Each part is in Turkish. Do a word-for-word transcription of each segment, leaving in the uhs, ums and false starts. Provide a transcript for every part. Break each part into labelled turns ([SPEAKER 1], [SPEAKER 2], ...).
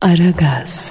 [SPEAKER 1] Aragaz.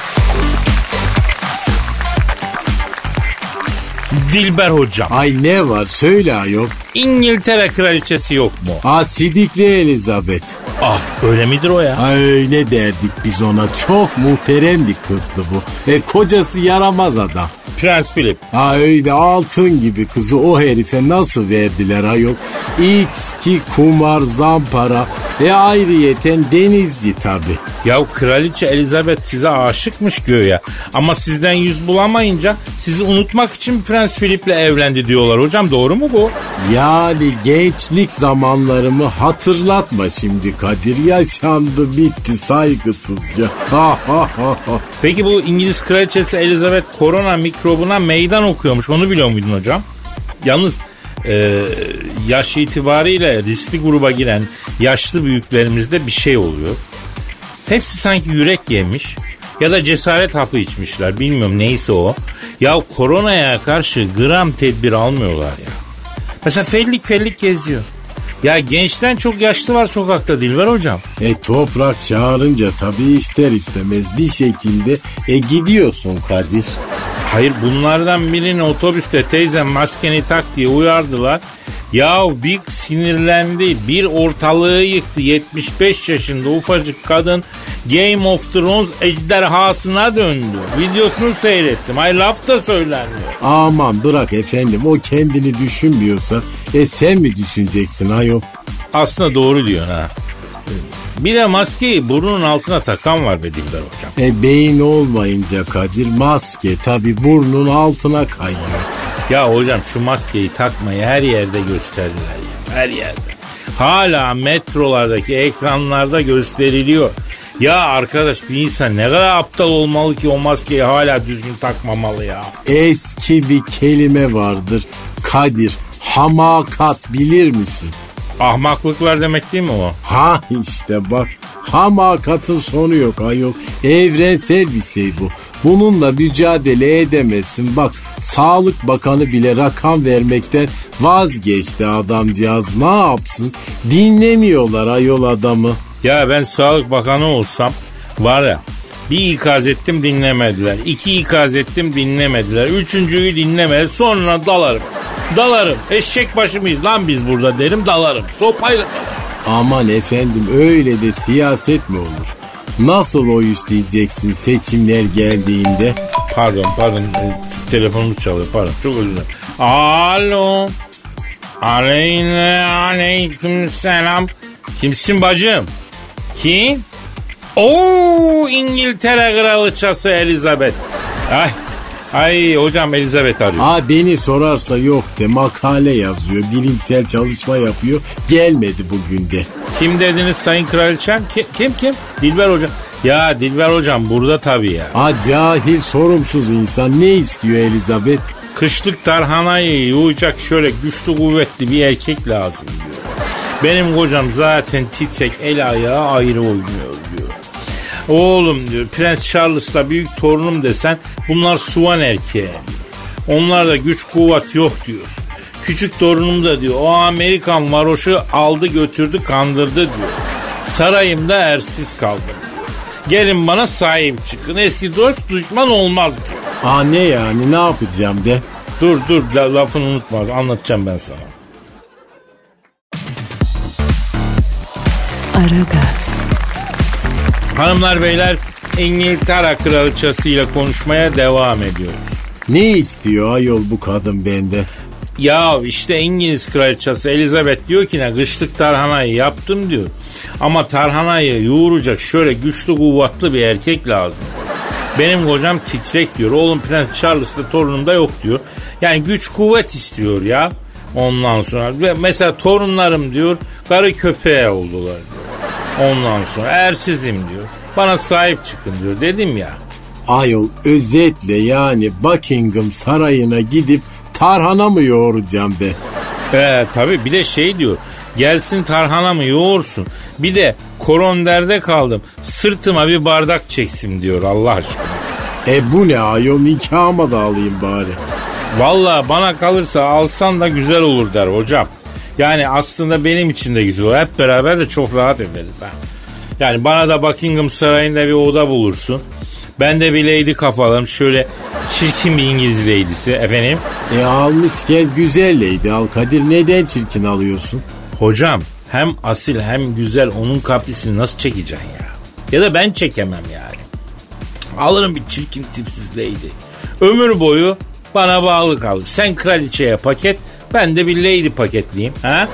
[SPEAKER 2] Dilber hocam.
[SPEAKER 3] Ay ne var söyle ayol.
[SPEAKER 2] İngiltere kraliçesi yok mu?
[SPEAKER 3] Ha Sidikli Elizabeth.
[SPEAKER 2] Ah öyle midir o ya?
[SPEAKER 3] Ha öyle derdik biz ona. Çok muhterem bir kızdı bu. E kocası yaramaz adam.
[SPEAKER 2] Prens Philip.
[SPEAKER 3] Ha öyle altın gibi kızı o herife nasıl verdiler ayol? İçki, kumar, zampara ve ayrıyeten denizci tabi.
[SPEAKER 2] Ya kraliçe Elizabeth size aşıkmış göğe. Ama sizden yüz bulamayınca sizi unutmak için Prens Philip'le evlendi diyorlar hocam, doğru mu bu?
[SPEAKER 3] Yani gençlik zamanlarımı hatırlatma şimdi Kadir. Yaşandı bitti saygısızca. Ha ha ha ha.
[SPEAKER 2] Peki bu İngiliz kraliçesi Elizabeth korona mikrobuna meydan okuyormuş, onu biliyor muydun hocam? Yalnız e, yaş itibariyle riskli gruba giren yaşlı büyüklerimizde bir şey oluyor. Hepsi sanki yürek yemiş ya da cesaret hapı içmişler, bilmiyorum neyse o. Ya koronaya karşı gram tedbir almıyorlar ya. Mesela fellik fellik geziyor. Ya gençten çok yaşlı var sokakta Dilber hocam.
[SPEAKER 3] E toprak çağırınca tabii ister istemez bir şekilde e gidiyorsun Kadir.
[SPEAKER 2] Hayır, bunlardan birini otobüste teyzem maskeni tak diye uyardılar. Ya bir sinirlendi, bir ortalığı yıktı. yetmiş beş yaşında ufacık kadın Game of Thrones ejderhasına döndü. Videosunu seyrettim. Ay laf da söylenmiyor.
[SPEAKER 3] Aman bırak efendim, o kendini düşünmüyorsa e sen mi düşüneceksin ayol?
[SPEAKER 2] Aslında doğru diyorsun ha. Bir de maskeyi burnunun altına takan var be Dilber hocam.
[SPEAKER 3] E beyin olmayınca Kadir maske tabi burnun altına kayıyor.
[SPEAKER 2] Ya hocam şu maskeyi takmayı her yerde gösterdiler ya. Her yerde. Hala metrolardaki ekranlarda gösteriliyor. Ya arkadaş, bir insan ne kadar aptal olmalı ki o maskeyi hala düzgün takmamalı ya.
[SPEAKER 3] Eski bir kelime vardır Kadir, hamakat bilir misin?
[SPEAKER 2] Ahmaklıklar demek değil mi o?
[SPEAKER 3] Ha işte bak, hamakatın sonu yok ayol. Evrensel bir şey bu. Bununla mücadele edemezsin. Bak Sağlık Bakanı bile rakam vermekten vazgeçti adamcağız. Ne yapsın? Dinlemiyorlar ayol adamı.
[SPEAKER 2] Ya ben Sağlık Bakanı olsam var ya, bir ikaz ettim dinlemediler. İki ikaz ettim dinlemediler. Üçüncüyü dinlemediler. Sonra dalarım. Dalarım. Eşek başı mıyız lan biz burada derim, dalarım. Sopayla dalarım.
[SPEAKER 3] Aman efendim, öyle de siyaset mi olur? Nasıl oy isteyeceksin seçimler geldiğinde?
[SPEAKER 2] Pardon pardon telefonum çalıyor, pardon, çok özür dilerim. Alo. Aleyne aleyküm selam. Kimsin bacım? Kim? Oo, İngiltere kraliçesi Elizabeth. Ay, ay hocam Elizabeth arıyor.
[SPEAKER 3] Aa, beni sorarsa yok de, makale yazıyor, bilimsel çalışma yapıyor, gelmedi bugün de.
[SPEAKER 2] Kim dediniz sayın kraliçem? Kim kim? kim? Dilber hocam. Ya Dilber hocam burada tabii ya.
[SPEAKER 3] Aa, cahil sorumsuz insan, ne istiyor Elizabeth?
[SPEAKER 2] Kışlık tarhanayı yoğacak şöyle güçlü kuvvetli bir erkek lazım diyor. Benim kocam zaten titrek, el ayağı ayrı oynuyor diyor. Oğlum diyor, Prens Charles'la büyük torunum desen bunlar suvan erkeği. Onlarda güç kuvvet yok diyor. Küçük torunum da diyor o Amerikan varoşu aldı götürdü kandırdı diyor. Sarayımda ersiz kaldım diyor. Gelin bana sahip çıkın, eski dost düşman olmaz diyor.
[SPEAKER 3] Aa, ne yani, ne yapacağım be?
[SPEAKER 2] Dur dur lafını unutma, anlatacağım ben sana.
[SPEAKER 1] Aragaz.
[SPEAKER 2] Hanımlar beyler, İngiltere kraliçesiyle konuşmaya devam ediyoruz.
[SPEAKER 3] Ne istiyor ayol bu kadın bende?
[SPEAKER 2] Ya işte İngiliz kraliçesi Elizabeth diyor ki ne, kışlık tarhanayı yaptım diyor. Ama tarhanayı yoğuracak şöyle güçlü kuvvetli bir erkek lazım. Benim kocam titrek diyor. Oğlum Prens Charles'ta torunum da yok diyor. Yani güç kuvvet istiyor ya. Ondan sonra mesela torunlarım diyor karı köpeğe oldular diyor. Ondan sonra ersizim diyor. Bana sahip çıkın diyor, dedim ya.
[SPEAKER 3] Ayol özetle yani Buckingham Sarayı'na gidip tarhana mı yoğuracağım be?
[SPEAKER 2] Ee, tabii bir de şey diyor. Gelsin tarhana mı yoğursun. Bir de koronderde kaldım. Sırtıma bir bardak çeksin diyor Allah aşkına.
[SPEAKER 3] E bu ne ayol, nikahıma da alayım bari.
[SPEAKER 2] Vallahi bana kalırsa alsan da güzel olur der hocam. Yani aslında benim için de güzel olur. Hep beraber de çok rahat ederiz ha. Yani bana da Buckingham Sarayı'nda bir oda bulursun. Ben de bir lady kafalarım. Şöyle çirkin bir İngiliz lady'si efendim.
[SPEAKER 3] E almışken güzel lady al Kadir. Neden çirkin alıyorsun?
[SPEAKER 2] Hocam hem asil hem güzel, onun kaprisini nasıl çekeceksin ya? Ya da ben çekemem yani. Alırım bir çirkin tipsiz lady. Ömür boyu bana bağlı kalır. Sen kraliçeye paket, ben de bir lady paketleyeyim. Ha?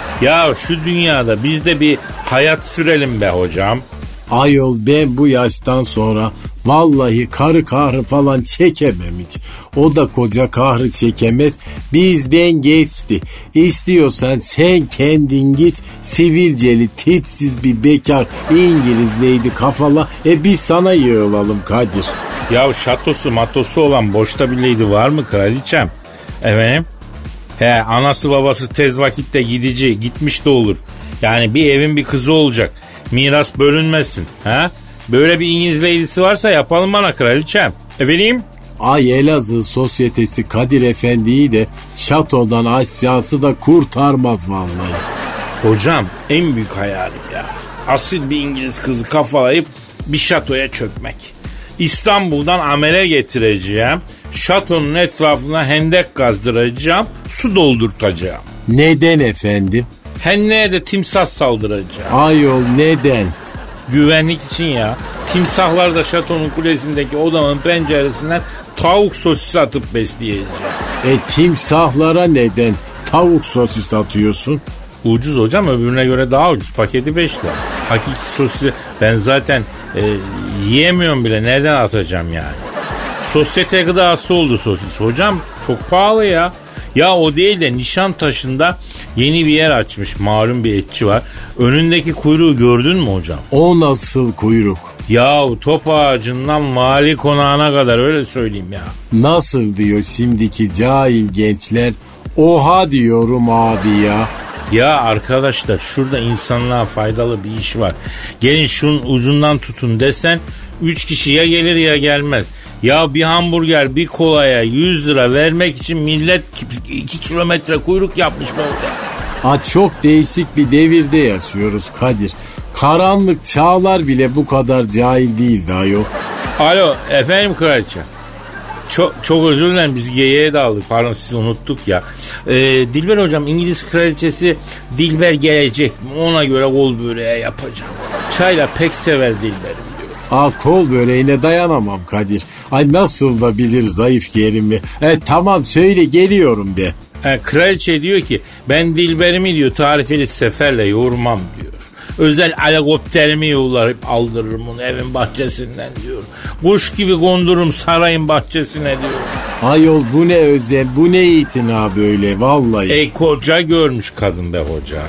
[SPEAKER 2] Ya şu dünyada biz de bir hayat sürelim be hocam.
[SPEAKER 3] Ayol ben bu yaştan sonra vallahi karı kahrı falan çekemem hiç. O da koca kahrı çekemez. Bizden geçti. İstiyorsan sen kendin git, sivilceli tipsiz bir bekar İngiliz lady kafala. E biz sana yığılalım Kadir.
[SPEAKER 2] Ya şatosu matosu olan boşta bir lady var mı kraliçem? Efendim? He, anası babası tez vakitte gidici, gitmiş de olur. Yani bir evin bir kızı olacak. Miras bölünmesin. Ha? Böyle bir İngiliz lady'si varsa yapalım bana kraliçem. Efendim?
[SPEAKER 3] Ay Elazığ sosyetesi Kadir Efendi'yi de şatodan aşağısı da kurtarmaz vallahi.
[SPEAKER 2] Hocam en büyük hayalim ya. Asil bir İngiliz kızı kafalayıp bir şatoya çökmek. İstanbul'dan amele getireceğim. Şatonun etrafına hendek kazdıracağım. Su doldurtacağım.
[SPEAKER 3] Neden efendim?
[SPEAKER 2] Henne'ye de timsah saldıracağım.
[SPEAKER 3] Ayol neden?
[SPEAKER 2] Güvenlik için ya. Timsahlar da şatonun kulesindeki odamın penceresinden tavuk sosis atıp besleyeceğim.
[SPEAKER 3] E timsahlara neden tavuk sosis atıyorsun?
[SPEAKER 2] Ucuz hocam, öbürüne göre daha ucuz. Paketi beş lira. Hakiki sosisi ben zaten e, yiyemiyorum bile. Nereden atacağım yani? Sosyete gıdası oldu sosis. Hocam çok pahalı ya. Ya o değil de Nişantaşı'nda yeni bir yer açmış, malum bir etçi var. Önündeki kuyruğu gördün mü hocam?
[SPEAKER 3] O nasıl kuyruk?
[SPEAKER 2] Yahu top ağacından vali konağına kadar, öyle söyleyeyim ya.
[SPEAKER 3] Nasıl diyor şimdiki cahil gençler? Oha diyorum abi ya.
[SPEAKER 2] Ya arkadaşlar şurada insanlığa faydalı bir iş var. Gelin şunun ucundan tutun desen üç kişi ya gelir ya gelmez. Ya bir hamburger bir kolaya yüz lira vermek için millet iki kilometre kuyruk yapmış be hocam.
[SPEAKER 3] Ha, çok değişik bir devirde yaşıyoruz Kadir. Karanlık çağlar bile bu kadar cahil değildi ayol.
[SPEAKER 2] Alo efendim kraliçe. Çok, çok özür dilerim, biz geyiğe daldık. Pardon, sizi unuttuk ya. Ee, Dilber hocam, İngiliz kraliçesi Dilber gelecek. Ona göre kol böreği yapacağım. Çayla pek sever Dilber'im diyor.
[SPEAKER 3] Aa, kol böreğine dayanamam Kadir. Ay nasıl da bilir zayıf yerimi. E tamam söyle geliyorum be.
[SPEAKER 2] E, kraliçe diyor ki ben Dilber'imi diyor tarifeli seferle yoğurmam diyor. Özel helikopterimi yollayıp aldırırım onu evin bahçesinden diyor. Kuş gibi kondururum sarayın bahçesine diyor.
[SPEAKER 3] Ayol bu ne özel, bu ne itina böyle vallahi.
[SPEAKER 2] E koca görmüş kadın be hoca.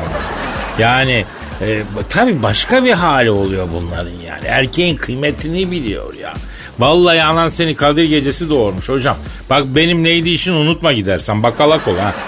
[SPEAKER 2] Yani e, tabii başka bir hali oluyor bunların yani. Erkeğin kıymetini biliyor ya. Vallahi anan seni Kadir Gecesi doğurmuş hocam. Bak benim neydi işin unutma gidersen. Bakalak ol ha.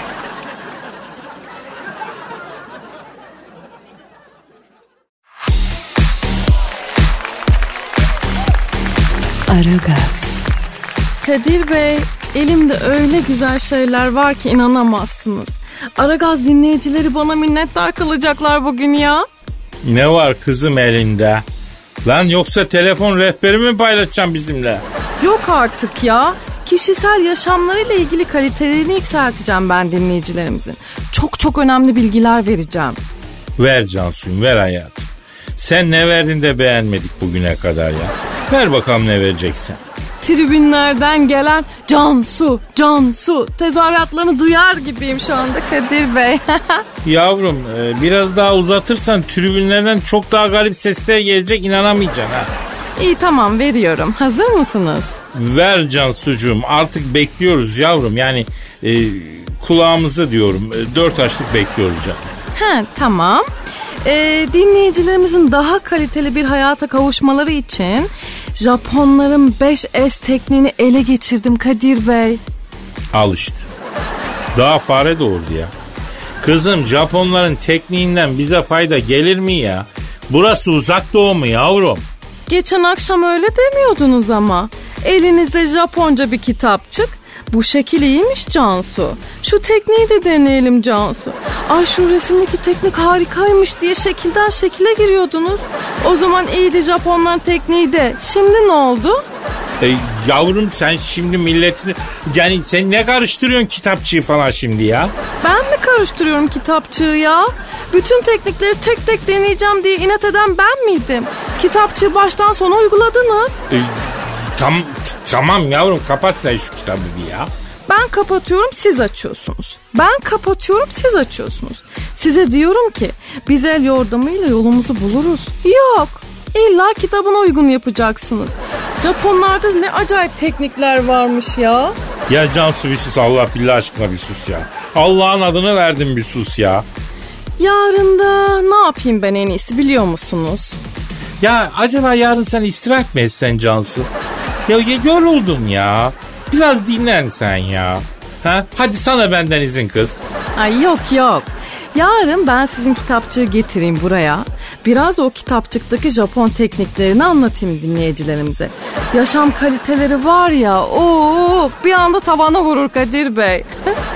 [SPEAKER 1] Aragaz.
[SPEAKER 4] Kadir Bey, elimde öyle güzel şeyler var ki inanamazsınız. Aragaz dinleyicileri bana minnettar kalacaklar bugün ya.
[SPEAKER 2] Ne var kızım elinde? Lan yoksa telefon rehberimi mi paylaşacağım bizimle?
[SPEAKER 4] Yok artık ya. Kişisel yaşamlarıyla ilgili kalitelerini yükselteceğim ben dinleyicilerimizin. Çok çok önemli bilgiler vereceğim.
[SPEAKER 2] Ver Cansu'yum, ver hayatım. Sen ne verdin de beğenmedik bugüne kadar ya. Ver bakalım ne vereceksin.
[SPEAKER 4] Tribünlerden gelen Cansu, Cansu tezahüratlarını duyar gibiyim şu anda Kadir Bey.
[SPEAKER 2] Yavrum e, biraz daha uzatırsan tribünlerden çok daha garip sesler gelecek, inanamayacaksın ha.
[SPEAKER 4] İyi tamam veriyorum. Hazır mısınız?
[SPEAKER 2] Ver Cansucuğum, artık bekliyoruz yavrum. Yani e, kulağımızı diyorum e, dört açlık bekliyoruz canım.
[SPEAKER 4] He tamam. Ee, dinleyicilerimizin daha kaliteli bir hayata kavuşmaları için Japonların beş S tekniğini ele geçirdim Kadir Bey.
[SPEAKER 2] Al işte. Daha fare doğurdu ya. Kızım Japonların tekniğinden bize fayda gelir mi ya? Burası uzak doğu mu yavrum?
[SPEAKER 4] Geçen akşam öyle demiyordunuz ama. Elinizde Japonca bir kitapçık, Bu şekil iyiymiş Cansu. Şu tekniği de deneyelim Cansu. Ay şu resimdeki teknik harikaymış diye şekilden şekile giriyordunuz. O zaman iyiydi Japonların tekniği de. Şimdi ne oldu?
[SPEAKER 2] E, yavrum sen şimdi milletini... Yani sen ne karıştırıyorsun kitapçıyı falan şimdi ya?
[SPEAKER 4] Ben mi karıştırıyorum kitapçığı ya? Bütün teknikleri tek tek deneyeceğim diye inat eden ben miydim? Kitapçığı baştan sona uyguladınız.
[SPEAKER 2] E, tam, tamam yavrum kapat sen şu kitabı bir ya.
[SPEAKER 4] Ben kapatıyorum siz açıyorsunuz. Ben kapatıyorum siz açıyorsunuz. Size diyorum ki biz el yordamıyla yolumuzu buluruz. Yok. İlla kitabına uygun yapacaksınız. Japonlarda ne acayip teknikler varmış ya.
[SPEAKER 2] Ya Cansu bir sus Allah billah aşkına bir sus ya. Allah'ın adını verdim bir sus ya.
[SPEAKER 4] Yarın da ne yapayım ben en iyisi biliyor musunuz?
[SPEAKER 2] Ya acaba yarın sen istirahat mı etsen Cansu? Ya, ya yoruldum ya. Biraz dinlen sen ya. Ha? Hadi sana benden izin kız.
[SPEAKER 4] Ay yok yok. Yarın ben sizin kitapçığı getireyim buraya. Biraz o kitapçıktaki Japon tekniklerini anlatayım dinleyicilerimize. Yaşam kaliteleri var ya, ooo bir anda tavana vurur Kadir Bey.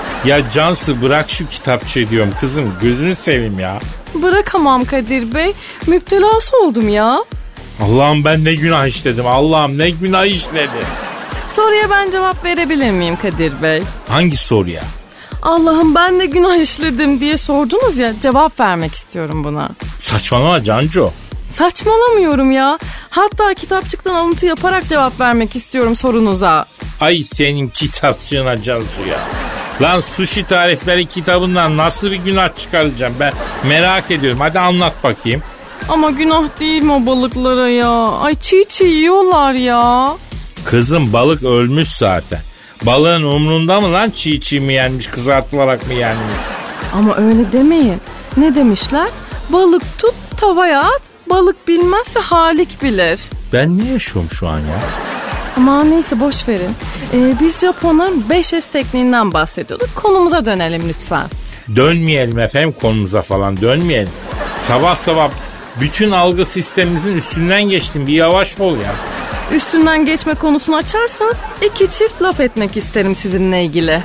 [SPEAKER 2] Ya Cansu bırak şu kitapçıyı diyorum kızım, gözünü seveyim ya.
[SPEAKER 4] Bırakamam Kadir Bey, müptelası oldum ya.
[SPEAKER 2] Allah'ım ben ne günah işledim, Allah'ım ne günah işledim.
[SPEAKER 4] Soruya ben cevap verebilir miyim Kadir Bey?
[SPEAKER 2] Hangi soruya?
[SPEAKER 4] Allah'ım ben ne günah işledim diye sordunuz ya, cevap vermek istiyorum buna.
[SPEAKER 2] Saçmalama Cancu.
[SPEAKER 4] Saçmalamıyorum ya. Hatta kitapçıktan alıntı yaparak cevap vermek istiyorum sorunuza.
[SPEAKER 2] Ay senin kitapçığına Cansu ya. Lan sushi tarifleri kitabından nasıl bir günah çıkaracağım ben merak ediyorum. Hadi anlat bakayım.
[SPEAKER 4] Ama günah değil mi o balıklara ya? Ay çiğ çiğ yiyorlar ya.
[SPEAKER 2] Kızım balık ölmüş zaten. Balığın umrunda mı lan çiğ çiğ mi yenmiş, kızartılarak mı yenmiş?
[SPEAKER 4] Ama öyle demeyin. Ne demişler? Balık tut tavaya at, balık bilmezse Halik bilir.
[SPEAKER 2] Ben ne yaşıyorum şu an ya?
[SPEAKER 4] Ama neyse boş verin. Ee, biz Japonların beş S tekniğinden bahsediyorduk. Konumuza dönelim lütfen.
[SPEAKER 2] Dönmeyelim efendim konumuza falan dönmeyelim. Sabah sabah bütün algı sistemimizin üstünden geçtim. Bir yavaş ol ya.
[SPEAKER 4] Üstünden geçme konusunu açarsanız iki çift laf etmek isterim sizinle ilgili.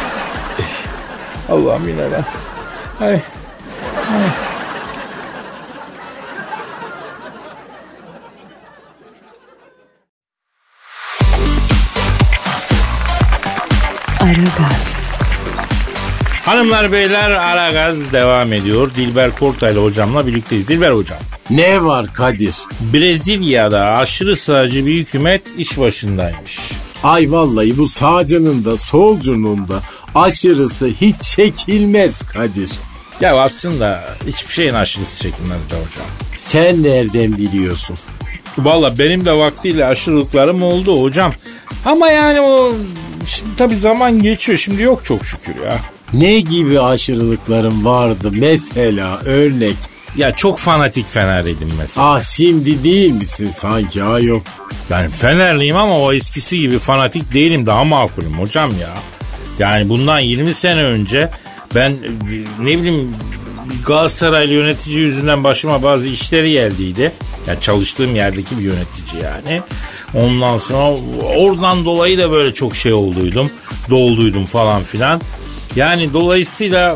[SPEAKER 2] Allah'ım yine ben. Ay. Ay.
[SPEAKER 1] Aragaz.
[SPEAKER 2] Hanımlar beyler Aragaz devam ediyor. Dilber Kortaylı hocamla birlikteyiz. Dilber hocam.
[SPEAKER 3] Ne var Kadir?
[SPEAKER 2] Brezilya'da aşırı sağcı bir hükümet iş başındaymış.
[SPEAKER 3] Ay vallahi bu sağcının da solcunun da aşırısı hiç çekilmez Kadir.
[SPEAKER 2] Ya aslında hiçbir şeyin aşırısı çekilmez be hocam.
[SPEAKER 3] Sen nereden biliyorsun?
[SPEAKER 2] Valla benim de vaktiyle aşırılıklarım oldu hocam. Ama yani o şimdi tabii zaman geçiyor. Şimdi yok çok şükür ya.
[SPEAKER 3] Ne gibi aşırılıkların vardı mesela örnek?
[SPEAKER 2] Ya çok fanatik Fenerliydim mesela.
[SPEAKER 3] Ah şimdi değil misin sanki ayol?
[SPEAKER 2] Yani Fenerliyim ama o eskisi gibi fanatik değilim, daha makulüm hocam ya. Yani bundan yirmi sene önce ben ne bileyim Galatasaraylı yönetici yüzünden başıma bazı işleri geldiydi. Yani çalıştığım yerdeki bir yönetici yani. Ondan sonra oradan dolayı da böyle çok şey olduydum. Dolduydum falan filan. Yani dolayısıyla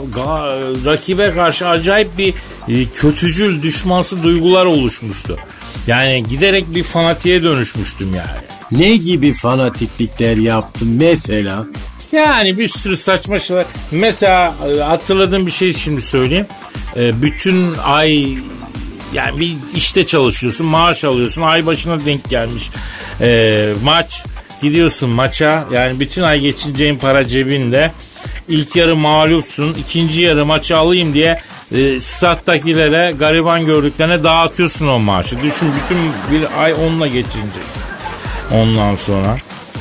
[SPEAKER 2] rakibe karşı acayip bir e, kötücül, düşmansı duygular oluşmuştu. Yani giderek bir fanatiğe dönüşmüştüm yani.
[SPEAKER 3] Ne gibi fanatiklikler yaptın mesela?
[SPEAKER 2] Yani bir sürü saçma şeyler. Mesela e, hatırladığım bir şey şimdi söyleyeyim. E, bütün ay yani bir işte çalışıyorsun, maaş alıyorsun. Ay başına denk gelmiş e, maç. Gidiyorsun maça. Yani bütün ay geçineceğin para cebinde. İlk yarı mağlupsun. İkinci yarı maçı alayım diye e, stat'takilere gariban gördüklerine dağıtıyorsun o maaşı. Düşün bütün bir ay onunla geçineceksin. Ondan sonra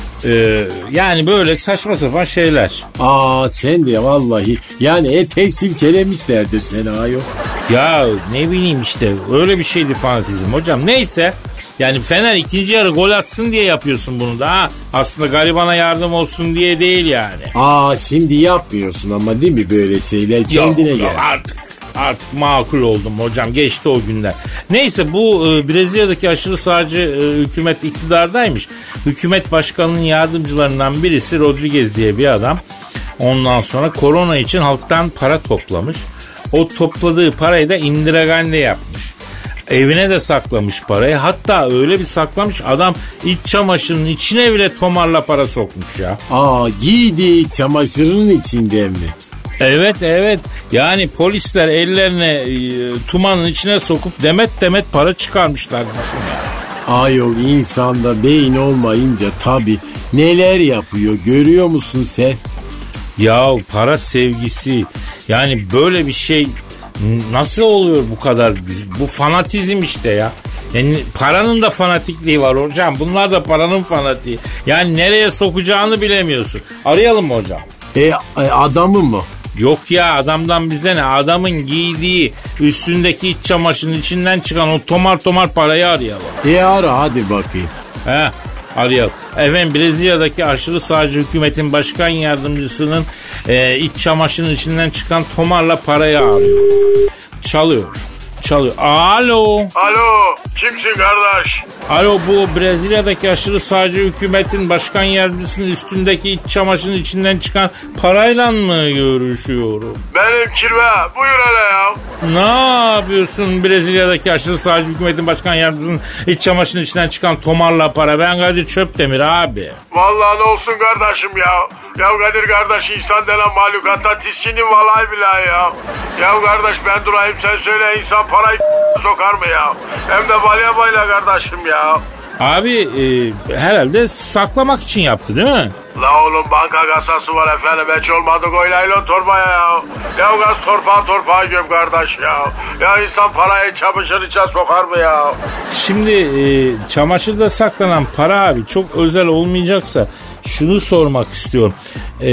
[SPEAKER 2] e, yani böyle saçma sapan şeyler.
[SPEAKER 3] Aa sen de vallahi yani etek silkelemişlerdir seni ayol.
[SPEAKER 2] Ya ne bileyim işte öyle bir şeydi fanatizm hocam. Neyse. Yani Fener ikinci yarı gol atsın diye yapıyorsun bunu da ha. Aslında garibana yardım olsun diye değil yani.
[SPEAKER 3] Aa şimdi yapmıyorsun ama değil mi böyle şeyler kendine
[SPEAKER 2] yok,
[SPEAKER 3] gel.
[SPEAKER 2] Yok artık Artık makul oldum hocam. Geçti o günler. Neyse bu e, Brezilya'daki aşırı sağcı e, hükümet iktidardaymış. Hükümet başkanının yardımcılarından birisi Rodriguez diye bir adam. Ondan sonra korona için halktan para toplamış. O topladığı parayı da Indira Gandhi yapmış. Evine de saklamış parayı. Hatta öyle bir saklamış adam iç çamaşırının içine bile tomarla para sokmuş ya.
[SPEAKER 3] Aa, giydiği içamaşırının içinde mi?
[SPEAKER 2] Evet evet. Yani polisler ellerine e, tumanın içine sokup demet demet para çıkarmışlar düşün ya.
[SPEAKER 3] Ayol, insanda beyin olmayınca tabii neler yapıyor görüyor musun sen?
[SPEAKER 2] Ya para sevgisi, yani böyle bir şey nasıl oluyor bu kadar? Bu fanatizm işte ya. Yani paranın da fanatikliği var hocam. Bunlar da paranın fanatiği. Yani nereye sokacağını bilemiyorsun. Arayalım mı hocam?
[SPEAKER 3] E, e adamı mı?
[SPEAKER 2] Yok ya, adamdan bize ne? Adamın giydiği üstündeki iç çamaşırının içinden çıkan o tomar tomar parayı arayalım.
[SPEAKER 3] E ara hadi bakayım.
[SPEAKER 2] He, arayalım. Efendim, Brezilya'daki aşırı sağcı hükümetin başkan yardımcısının e, iç çamaşırının içinden çıkan tomarla parayı arıyor. Çalıyor. Çalıyor. Alo.
[SPEAKER 5] Alo, kimsin kardeş?
[SPEAKER 2] Alo, bu Brezilya'daki aşırı sağcı hükümetin başkan yardımcısının üstündeki iç çamaşırının içinden çıkan parayla mı görüşüyorum?
[SPEAKER 5] Benim kirve, buyur hele ya.
[SPEAKER 2] Ne yapıyorsun Brezilya'daki aşırı sağcı hükümetin başkan yardımcısının iç çamaşırının içinden çıkan tomarla para? Ben Kadir Çöptemir abi.
[SPEAKER 5] Vallahi ne olsun kardeşim ya. Ya Kadir kardeş, insan denen mahlukattan tiskinin vallahi billahi ya. Ya kardeş ben durayım, sen söyle, insan parayı sokar mı ya? Hem de balya balya kardeşim ya.
[SPEAKER 2] Abi e, herhalde saklamak için yaptı değil mi?
[SPEAKER 5] La oğlum, banka kasası var efendim, hiç olmadı koy laylon torbaya ya. Ya gaz torpağı torpağı göm kardeş ya. Ya insan parayı çamaşır içe sokar mı ya?
[SPEAKER 2] Şimdi e, çamaşırda saklanan para abi çok özel olmayacaksa şunu sormak istiyorum. E,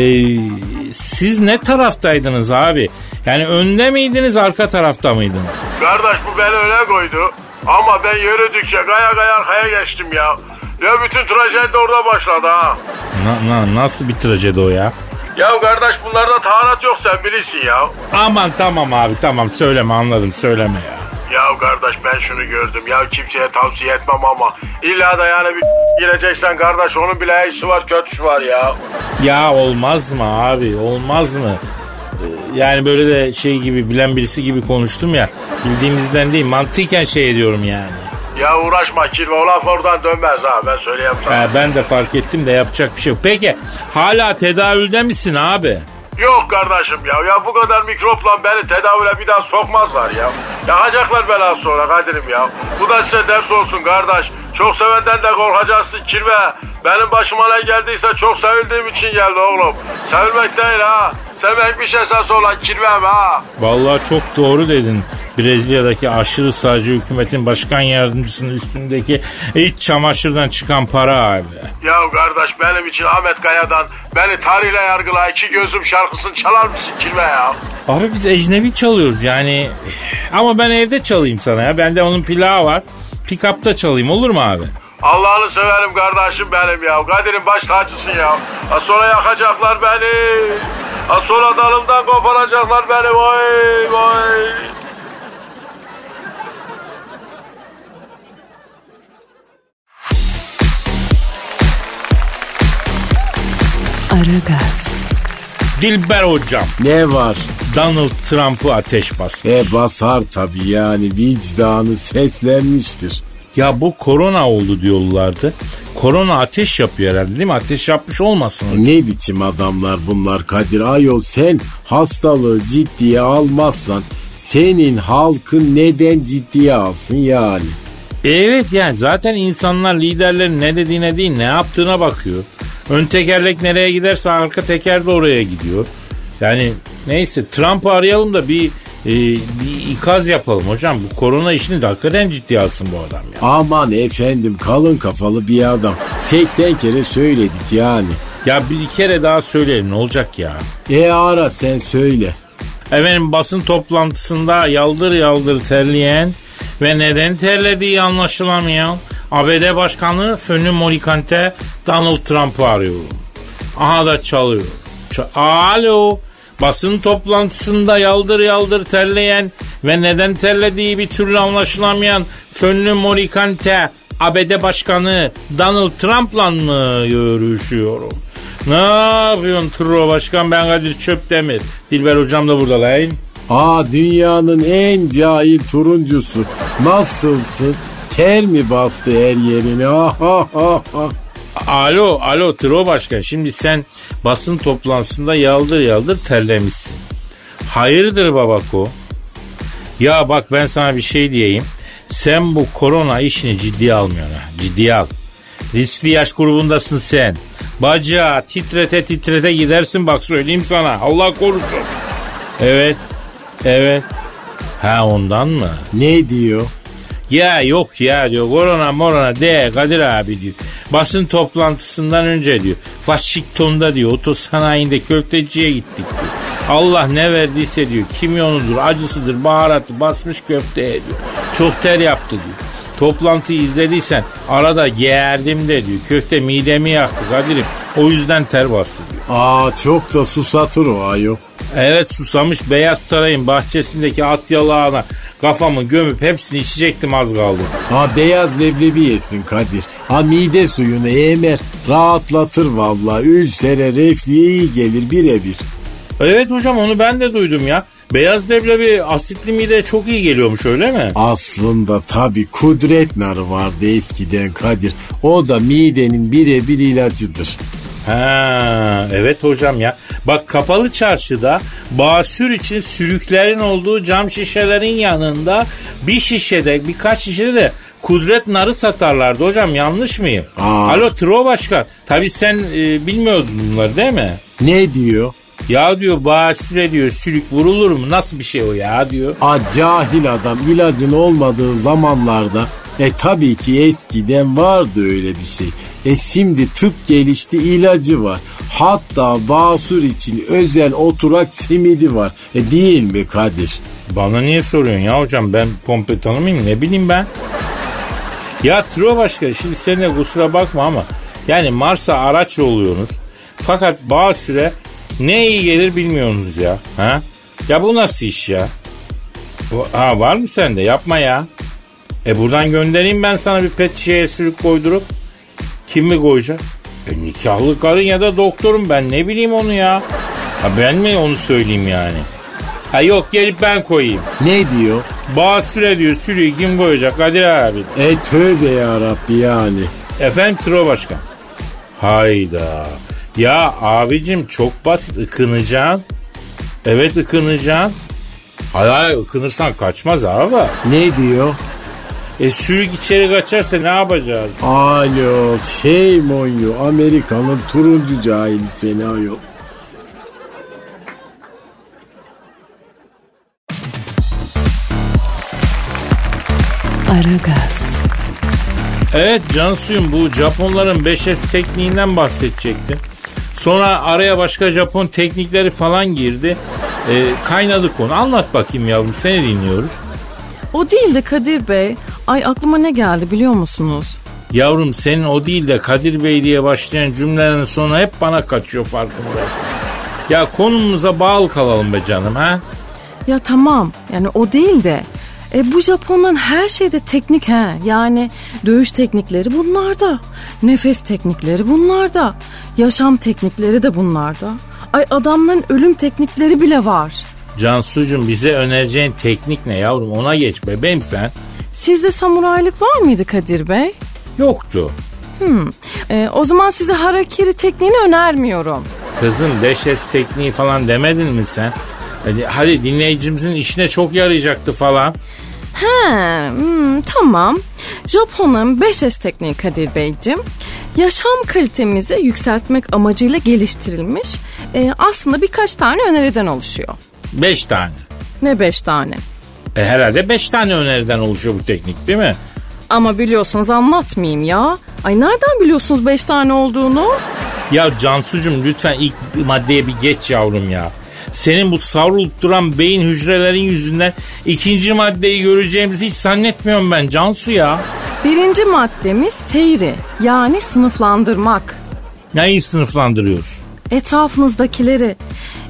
[SPEAKER 2] siz ne taraftaydınız abi? Yani önde miydiniz, arka tarafta mıydınız?
[SPEAKER 5] Kardeş bu beni öne koydu. Ama ben yürüdükçe gaya gaya arkaya geçtim ya. Ya bütün trajedi orada başladı ha.
[SPEAKER 2] Na, na, nasıl bir trajedi o ya?
[SPEAKER 5] Ya kardeş bunlarda taharat yok, sen bilirsin ya.
[SPEAKER 2] Aman tamam abi tamam, söyleme, anladım, söyleme ya.
[SPEAKER 5] Ya kardeş ben şunu gördüm ya, kimseye tavsiye etmem ama illa da yani bir gireceksen kardeş, onun bile iyisi var kötüsü var ya.
[SPEAKER 2] Ya olmaz mı abi, olmaz mı? Yani böyle de şey gibi, bilen birisi gibi konuştum ya. Bildiğimizden değil, mantıken şey ediyorum yani.
[SPEAKER 5] Ya uğraşma kirve, o laf oradan dönmez ha, ben söyleyeyim sana.
[SPEAKER 2] He, ben de fark ettim de yapacak bir şey yok. Peki hala tedavülde misin abi?
[SPEAKER 5] Yok kardeşim ya, ya bu kadar mikropla beni tedavüle bir daha sokmazlar ya. Yakacaklar bela sonra Kadir'im ya. Bu da size ders olsun kardeş. Çok sevenden de korkacaksın kirve. Benim başıma ne geldiyse çok sevildiğim için geldi oğlum. Sevilmek değil ha. Sevmekmiş esas olan kirvem ha.
[SPEAKER 2] Vallahi çok doğru dedin. Brezilya'daki aşırı sağcı hükümetin başkan yardımcısının üstündeki iç çamaşırdan çıkan para abi.
[SPEAKER 5] Ya kardeş benim için Ahmet Kaya'dan beni tarihle yargıla iki gözüm şarkısını çalar mısın kirve ya?
[SPEAKER 2] Abi biz ecnebi çalıyoruz yani. Ama ben evde çalayım sana ya. Bende onun plağı var. Pick-up'ta çalayım, olur mu abi?
[SPEAKER 5] Allah'ını severim kardeşim benim ya. Kadir'in baş tacısın ya. Az sonra yakacaklar beni. Az sonra dalımdan koparacaklar beni. Vay vay.
[SPEAKER 1] Aragaz.
[SPEAKER 2] Dilber hocam.
[SPEAKER 3] Ne var?
[SPEAKER 2] Donald Trump'ı ateş basmış.
[SPEAKER 3] E basar tabii, yani vicdanı seslenmiştir.
[SPEAKER 2] Ya bu korona oldu diyorlardı. Korona ateş yapıyor herhalde değil mi? Ateş yapmış olmasın hocam?
[SPEAKER 3] Ne biçim adamlar bunlar Kadir? Ayol, sen hastalığı ciddiye almazsan senin halkın neden ciddiye alsın yani?
[SPEAKER 2] Evet, yani zaten insanlar liderlerin ne dediğine değil ne yaptığına bakıyor. Ön tekerlek nereye giderse arka teker de oraya gidiyor. Yani neyse, Trump'ı arayalım da bir, e, bir ikaz yapalım hocam. Bu korona işini de hakikaten ciddiye alsın bu adam ya.
[SPEAKER 3] Aman efendim, kalın kafalı bir adam. seksen kere söyledik yani.
[SPEAKER 2] Ya bir kere daha söyleyelim, ne olacak ya?
[SPEAKER 3] E ara sen söyle.
[SPEAKER 2] Efendim, basın toplantısında yaldır yaldır terleyen ve neden terlediği anlaşılamayan A B D Başkanı Fönü Morikante Donald Trump'ı arıyorum. Aha da çalıyor. Ç- Alo. Basın toplantısında yaldır yaldır terleyen ve neden terlediği bir türlü anlaşılamayan fönlü morikante A B D Başkanı Donald Trump'la mı görüşüyorum? Ne yapıyorsun Tro Başkan? Ben Kadir Çöpdemir. Dilber hocam da burada lan.
[SPEAKER 3] Aa, dünyanın en cahil turuncusu. Nasılsın? Ter mi bastı her yerini? Ah, ah, ah, ah.
[SPEAKER 2] Alo, alo Tro Başkan. Şimdi sen basın toplantısında yaldır yaldır terlemişsin. Hayırdır babako? Ya bak ben sana bir şey diyeyim. Sen bu korona işini ciddiye almıyorsun ha. Ciddiye al. Riskli yaş grubundasın sen. Bacağı titrete titrete gidersin bak söyleyeyim sana. Allah korusun. Evet. Evet. Ha ondan mı?
[SPEAKER 3] Ne diyor?
[SPEAKER 2] Ya yok ya diyor. Korona morona de Kadir abi diyor. Basın toplantısından önce diyor. Washington'da diyor otosanayinde köfteciye gittik diyor. Allah ne verdiyse diyor. Kimyonudur, acısıdır, baharatı basmış köfteye diyor. Çok ter yaptı diyor. Toplantıyı izlediysen arada gerdim de diyor. Köfte midemi yaktı Kadir'im. O yüzden ter bastı diyor.
[SPEAKER 3] Aa, çok da susatır o ayol.
[SPEAKER 2] Evet susamış, Beyaz Saray'ın bahçesindeki at yalağına kafamı gömüp hepsini içecektim az kaldı.
[SPEAKER 3] Ha, beyaz leblebi yesin Kadir. Ha, mide suyunu emer, rahatlatır vallahi. Ülsere, reflüye iyi gelir birebir.
[SPEAKER 2] Evet hocam onu ben de duydum ya. Beyaz leblebi asitli mideye çok iyi geliyormuş öyle mi?
[SPEAKER 3] Aslında tabii kudret narı vardı eskiden Kadir. O da midenin birebir ilacıdır.
[SPEAKER 2] Ha, evet hocam ya. Bak kapalı çarşıda basür için sülüklerin olduğu cam şişelerin yanında bir şişede birkaç şişede de kudret narı satarlardı hocam, yanlış mıyım?
[SPEAKER 3] Aa.
[SPEAKER 2] Alo Tro Başkan, tabii sen e, bilmiyordun bunları değil mi?
[SPEAKER 3] Ne diyor?
[SPEAKER 2] Ya diyor basüre diyor sülük vurulur mu, nasıl bir şey o ya diyor.
[SPEAKER 3] A, cahil adam, ilacın olmadığı zamanlarda e tabii ki eskiden vardı öyle bir şey. E şimdi tıp gelişti, ilacı var. Hatta basur için özel oturak simidi var. E değil mi Kadir?
[SPEAKER 2] Bana niye soruyorsun ya hocam, ben komple tanımayayım, ne bileyim ben. Ya Tro Başkan, şimdi seninle kusura bakma ama yani Mars'a araç yolluyorsunuz. Fakat basüre ne iyi gelir bilmiyorsunuz ya. Ha? Ya bu nasıl iş ya? Ha, var mı sende? Yapma ya. E buradan göndereyim ben sana bir pet şişeye sürük koydurup. Kim mi koyacak? E nikahlı karın ya da doktorum, ben ne bileyim onu ya. Ha ben mi onu söyleyeyim yani? Ha yok, gelip ben koyayım.
[SPEAKER 3] Ne diyor?
[SPEAKER 2] Basüre diyor, sürüyü kim koyacak Kadir abi?
[SPEAKER 3] E tövbe yarabbi yani.
[SPEAKER 2] Efendim Tro Başkan. Hayda. Ya abicim çok basit, ıkınacaksın. Evet ıkınacaksın. Hayır hayır, ıkınırsan kaçmaz abi.
[SPEAKER 3] Ne diyor?
[SPEAKER 2] E sürük içeri kaçarsa ne yapacağız?
[SPEAKER 3] Alo, shame on you. Amerika'nın turuncu cahili seni ayol.
[SPEAKER 1] Aragaz.
[SPEAKER 2] Evet Cansuyum, bu Japonların beş S tekniğinden bahsedecektim. Sonra araya başka Japon teknikleri falan girdi. E, kaynadı konu. Anlat bakayım yavrum, seni dinliyoruz.
[SPEAKER 4] O değil de Kadir Bey. Ay aklıma ne geldi biliyor musunuz?
[SPEAKER 2] Yavrum senin o değil de Kadir Bey diye başlayan cümlelerin sonu hep bana kaçıyor, farkındaysın. Ya konumuza bağlı kalalım be canım ha.
[SPEAKER 4] Ya tamam yani o değil de e, bu Japonların her şeyde teknik he. Yani dövüş teknikleri bunlarda. Nefes teknikleri bunlarda. Yaşam teknikleri de bunlarda. Ay adamların ölüm teknikleri bile var.
[SPEAKER 2] Cansucuğum, bize önereceğin teknik ne yavrum, ona geç bebeğim sen.
[SPEAKER 4] Sizde samuraylık var mıydı Kadir Bey?
[SPEAKER 2] Yoktu.
[SPEAKER 4] Hmm. E, o zaman size harakiri tekniğini önermiyorum.
[SPEAKER 2] Kızım beş S tekniği falan demedin mi sen? Hadi, hadi dinleyicimizin işine çok yarayacaktı falan.
[SPEAKER 4] He, hmm, tamam. Japon'un beş S tekniği Kadir Beyciğim. Yaşam kalitemizi yükseltmek amacıyla geliştirilmiş. E, aslında birkaç tane öneriden oluşuyor.
[SPEAKER 2] Beş tane.
[SPEAKER 4] Ne beş tane?
[SPEAKER 2] E herhalde beş tane öneriden oluşuyor bu teknik değil mi?
[SPEAKER 4] Ama biliyorsunuz anlatmayayım ya. Ay nereden biliyorsunuz beş tane olduğunu?
[SPEAKER 2] Ya Cansucuğum lütfen ilk maddeye bir geç yavrum ya. Senin bu savrulup duran beyin hücrelerin yüzünden ikinci maddeyi göreceğimizi hiç zannetmiyorum ben Cansu ya.
[SPEAKER 4] Birinci maddemiz seyri, yani sınıflandırmak.
[SPEAKER 2] Neyi sınıflandırıyoruz?
[SPEAKER 4] Etrafınızdakileri.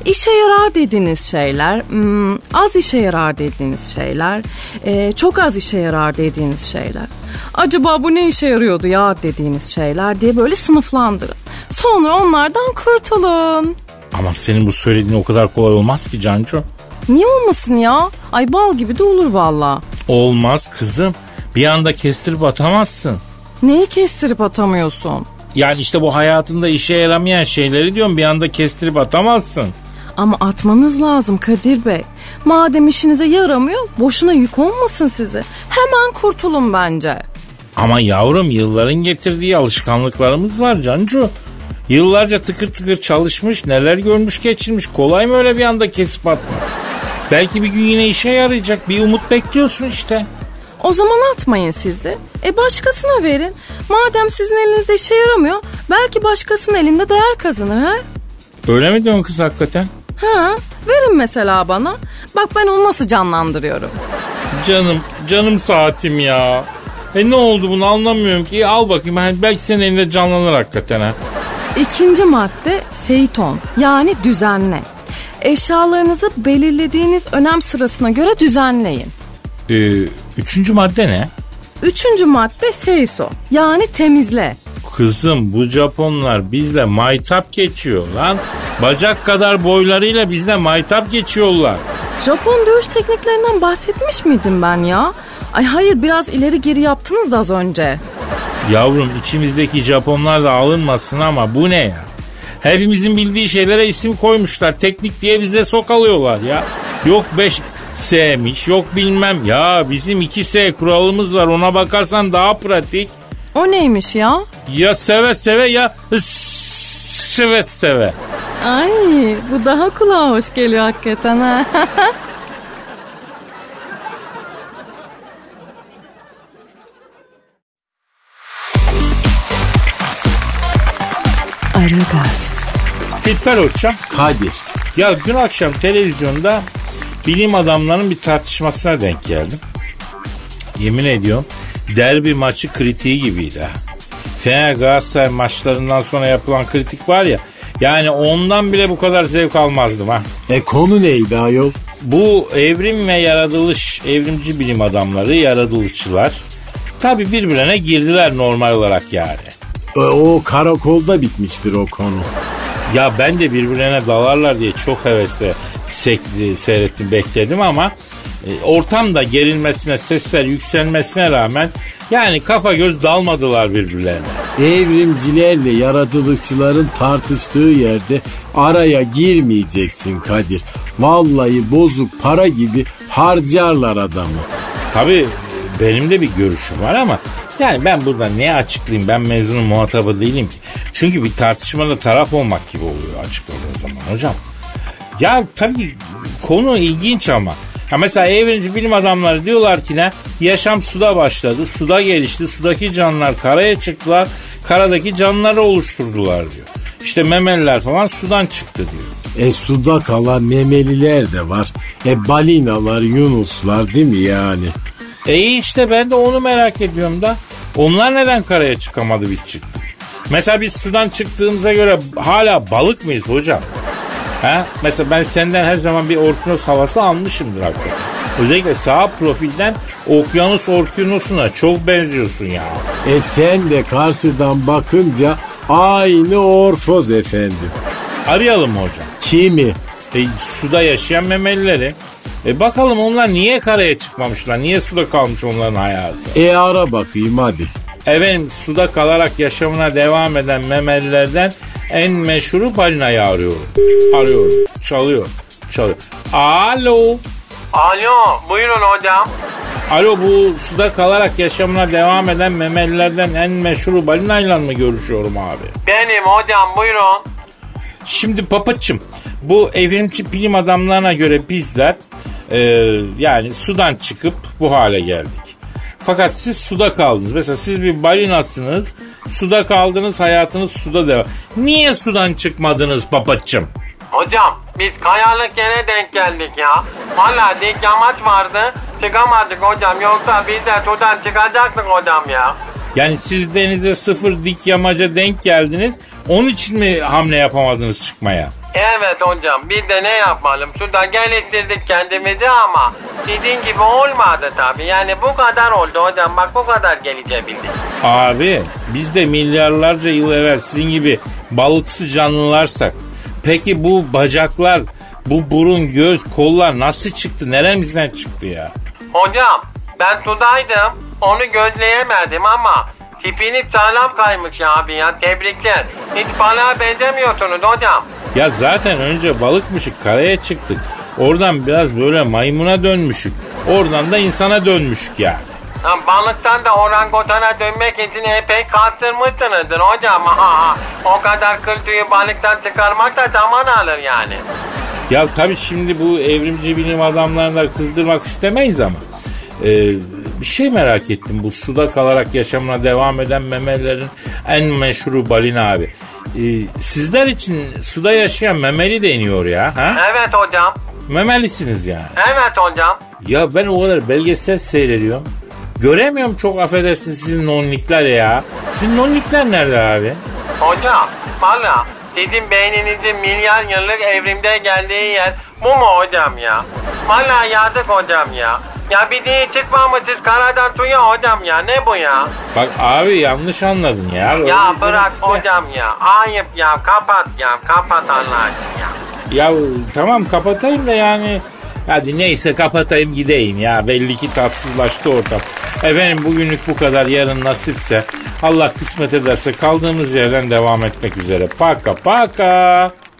[SPEAKER 4] İşe yarar dediğiniz şeyler, hmm, az işe yarar dediğiniz şeyler, e, çok az işe yarar dediğiniz şeyler. Acaba bu ne işe yarıyordu ya dediğiniz şeyler diye böyle sınıflandırın. Sonra onlardan kurtulun.
[SPEAKER 2] Ama senin bu söylediğin o kadar kolay olmaz ki Cancu.
[SPEAKER 4] Niye olmasın ya? Ay bal gibi de olur valla.
[SPEAKER 2] Olmaz kızım. Bir anda kestirip atamazsın.
[SPEAKER 4] Neyi kestirip atamıyorsun?
[SPEAKER 2] Yani işte bu hayatında işe yaramayan şeyleri diyorum, bir anda kestirip atamazsın.
[SPEAKER 4] Ama atmanız lazım Kadir Bey. Madem işinize yaramıyor, boşuna yük olmasın size. Hemen kurtulun bence.
[SPEAKER 2] Ama yavrum, yılların getirdiği alışkanlıklarımız var Cancu. Yıllarca tıkır tıkır çalışmış, neler görmüş geçirmiş. Kolay mı öyle bir anda kesip atma? Belki bir gün yine işe yarayacak, bir umut bekliyorsun işte.
[SPEAKER 4] O zaman atmayın siz de. E başkasına verin. Madem sizin elinizde işe yaramıyor, belki başkasının elinde değer kazanır ha?
[SPEAKER 2] Öyle mi diyorsun kız hakikaten?
[SPEAKER 4] Ha, verin mesela bana. Bak ben onu nasıl canlandırıyorum.
[SPEAKER 2] Canım, canım saatim ya. E ne oldu bunu anlamıyorum ki. Al bakayım, yani belki senin elinde canlanır hakikaten ha.
[SPEAKER 4] İkinci madde seyton, yani düzenle. Eşyalarınızı belirlediğiniz önem sırasına göre düzenleyin.
[SPEAKER 2] Ee, üçüncü madde ne?
[SPEAKER 4] Üçüncü madde seiso, yani temizle.
[SPEAKER 2] Kızım, bu Japonlar bizle maytap geçiyor lan. Bacak kadar boylarıyla bizle maytap geçiyorlar.
[SPEAKER 4] Japon dövüş tekniklerinden bahsetmiş miydim ben ya? Ay hayır, biraz ileri geri yaptınız da az önce.
[SPEAKER 2] Yavrum, içimizdeki Japonlar da alınmasın ama bu ne ya? Hepimizin bildiği şeylere isim koymuşlar. Teknik diye bize sokalıyorlar ya. Yok beş S'miş, yok bilmem. Ya bizim iki S kuralımız var, ona bakarsan daha pratik.
[SPEAKER 4] O neymiş ya?
[SPEAKER 2] Ya seve seve ya seve seve.
[SPEAKER 4] Ay, bu daha kulağa hoş geliyor hakikaten ha.
[SPEAKER 1] Aragaz.
[SPEAKER 2] Dilber hocam.
[SPEAKER 3] Kadir.
[SPEAKER 2] Ya dün akşam televizyonda bilim adamlarının bir tartışmasına denk geldim. Yemin ediyorum derbi maçı kritiği gibiydi ha. Fener Galatasaray maçlarından sonra yapılan kritik var ya, yani ondan bile bu kadar zevk almazdım ha.
[SPEAKER 3] E konu neydi ayol?
[SPEAKER 2] Bu evrim ve yaratılış, evrimci bilim adamları, yaratılışçılar tabi birbirine girdiler normal olarak yani.
[SPEAKER 3] E, o karakolda bitmiştir o konu.
[SPEAKER 2] Ya ben de birbirine dalarlar diye çok hevesle seyrettim, bekledim ama e, ortam da gerilmesine, sesler yükselmesine rağmen yani kafa göz dalmadılar birbirlerine.
[SPEAKER 3] Evrimcilerle yaratılışçıların tartıştığı yerde araya girmeyeceksin Kadir. Vallahi bozuk para gibi harcarlar adamı.
[SPEAKER 2] Tabii benim de bir görüşüm var ama yani ben burada ne açıklayayım, ben mevzunun muhatabı değilim ki. Çünkü bir tartışmada taraf olmak gibi oluyor açıkladığı zaman hocam. Ya tabii konu ilginç ama. Ya mesela evrimci bilim adamları diyorlar ki ne? Yaşam suda başladı, suda gelişti, sudaki canlılar karaya çıktılar, karadaki canlıları oluşturdular diyor. İşte memeliler falan sudan çıktı diyor.
[SPEAKER 3] E suda kalan memeliler de var. E balinalar, yunuslar değil mi yani?
[SPEAKER 2] E işte ben de onu merak ediyorum da. Onlar neden karaya çıkamadı, biz çıktık? Mesela biz sudan çıktığımıza göre hala balık mıyız hocam? Ha? Mesela ben senden her zaman bir orkinos havası almışımdır hakikaten. Özellikle sağ profilden okyanus orkinosuna çok benziyorsun ya.
[SPEAKER 3] E sen de karşıdan bakınca aynı orfoz efendim.
[SPEAKER 2] Arayalım mı hocam?
[SPEAKER 3] Kimi?
[SPEAKER 2] E, suda yaşayan memelileri. E bakalım onlar niye karaya çıkmamışlar? Niye suda kalmış onların hayatı?
[SPEAKER 3] E ara bakayım hadi.
[SPEAKER 2] Efendim, suda kalarak yaşamına devam eden memelilerden en meşhuru balinayı arıyorum. Arıyorum. Çalıyor. Çalıyor. Alo.
[SPEAKER 5] Alo, buyurun hocam.
[SPEAKER 2] Alo, bu suda kalarak yaşamına devam eden memelilerden en meşhuru balinayla mı görüşüyorum abi?
[SPEAKER 5] Benim hocam, buyurun.
[SPEAKER 2] Şimdi papaçım, bu evrimci bilim adamlarına göre bizler e, yani sudan çıkıp bu hale geldik. Fakat siz suda kaldınız. Mesela siz bir balinasınız, suda kaldınız, hayatınız suda devam. Niye sudan çıkmadınız papaçım?
[SPEAKER 5] Hocam biz kayalık yere denk geldik ya. Valla dik yamaç vardı, çıkamadık hocam. Yoksa biz de sudan çıkacaktık hocam ya.
[SPEAKER 2] Yani siz denize sıfır dik yamaca denk geldiniz. Onun için mi hamle yapamadınız çıkmaya?
[SPEAKER 6] Evet hocam, bir de ne yapalım, suda geliştirdik kendimizi ama dediğin gibi olmadı tabii. Yani bu kadar oldu hocam, bak bu kadar gelişebildik.
[SPEAKER 2] Abi biz de milyarlarca yıl evvel sizin gibi balıksı canlılarsak, peki bu bacaklar, bu burun, göz, kollar nasıl çıktı, neremizden çıktı ya?
[SPEAKER 6] Hocam ben sudaydım, onu gözleyemedim ama tipini sağlam kaymış ya abi ya, tebrikler. Hiç balığa benzemiyorsunuz hocam.
[SPEAKER 2] Ya zaten önce balıkmışık, karaya çıktık. Oradan biraz böyle maymuna dönmüşük. Oradan da insana dönmüşük yani.
[SPEAKER 6] Ya balıktan da orangutana dönmek için epey kastırmışsınızdır hocam. Aha, o kadar kıl tüyü balıktan çıkarmak da zaman alır yani.
[SPEAKER 2] Ya tabii şimdi bu evrimci bilim adamlarını da kızdırmak istemeyiz ama. Ee, bir şey merak ettim. Bu suda kalarak yaşamına devam eden memelilerin en meşhuru balina abi. Ee, sizler için suda yaşayan memeli deniyor ya. Ha?
[SPEAKER 6] Evet hocam.
[SPEAKER 2] Memelisiniz yani.
[SPEAKER 6] Evet hocam.
[SPEAKER 2] Ya ben o kadar belgesel seyrediyorum. Göremiyorum, çok affedersin sizin nonnikler ya. Sizin nonnikler nerede abi?
[SPEAKER 6] Hocam valla sizin beyninizin milyar yıllık evrimde geldiği yer bu mu hocam ya? Valla yazık hocam ya. Ya bir diye çıkmamışız karadan suya hocam ya, ne bu ya?
[SPEAKER 2] Bak abi yanlış anladın ya. Öyle
[SPEAKER 6] Ya bırak
[SPEAKER 2] işte.
[SPEAKER 6] hocam ya, ayıp ya, kapat ya, kapat Allah aşkına ya.
[SPEAKER 2] Ya tamam kapatayım da yani. Hadi neyse kapatayım gideyim ya. Belli ki tatsızlaştı ortam. Efendim bugünlük bu kadar. Yarın nasipse Allah kısmet ederse kaldığımız yerden devam etmek üzere. Paka paka.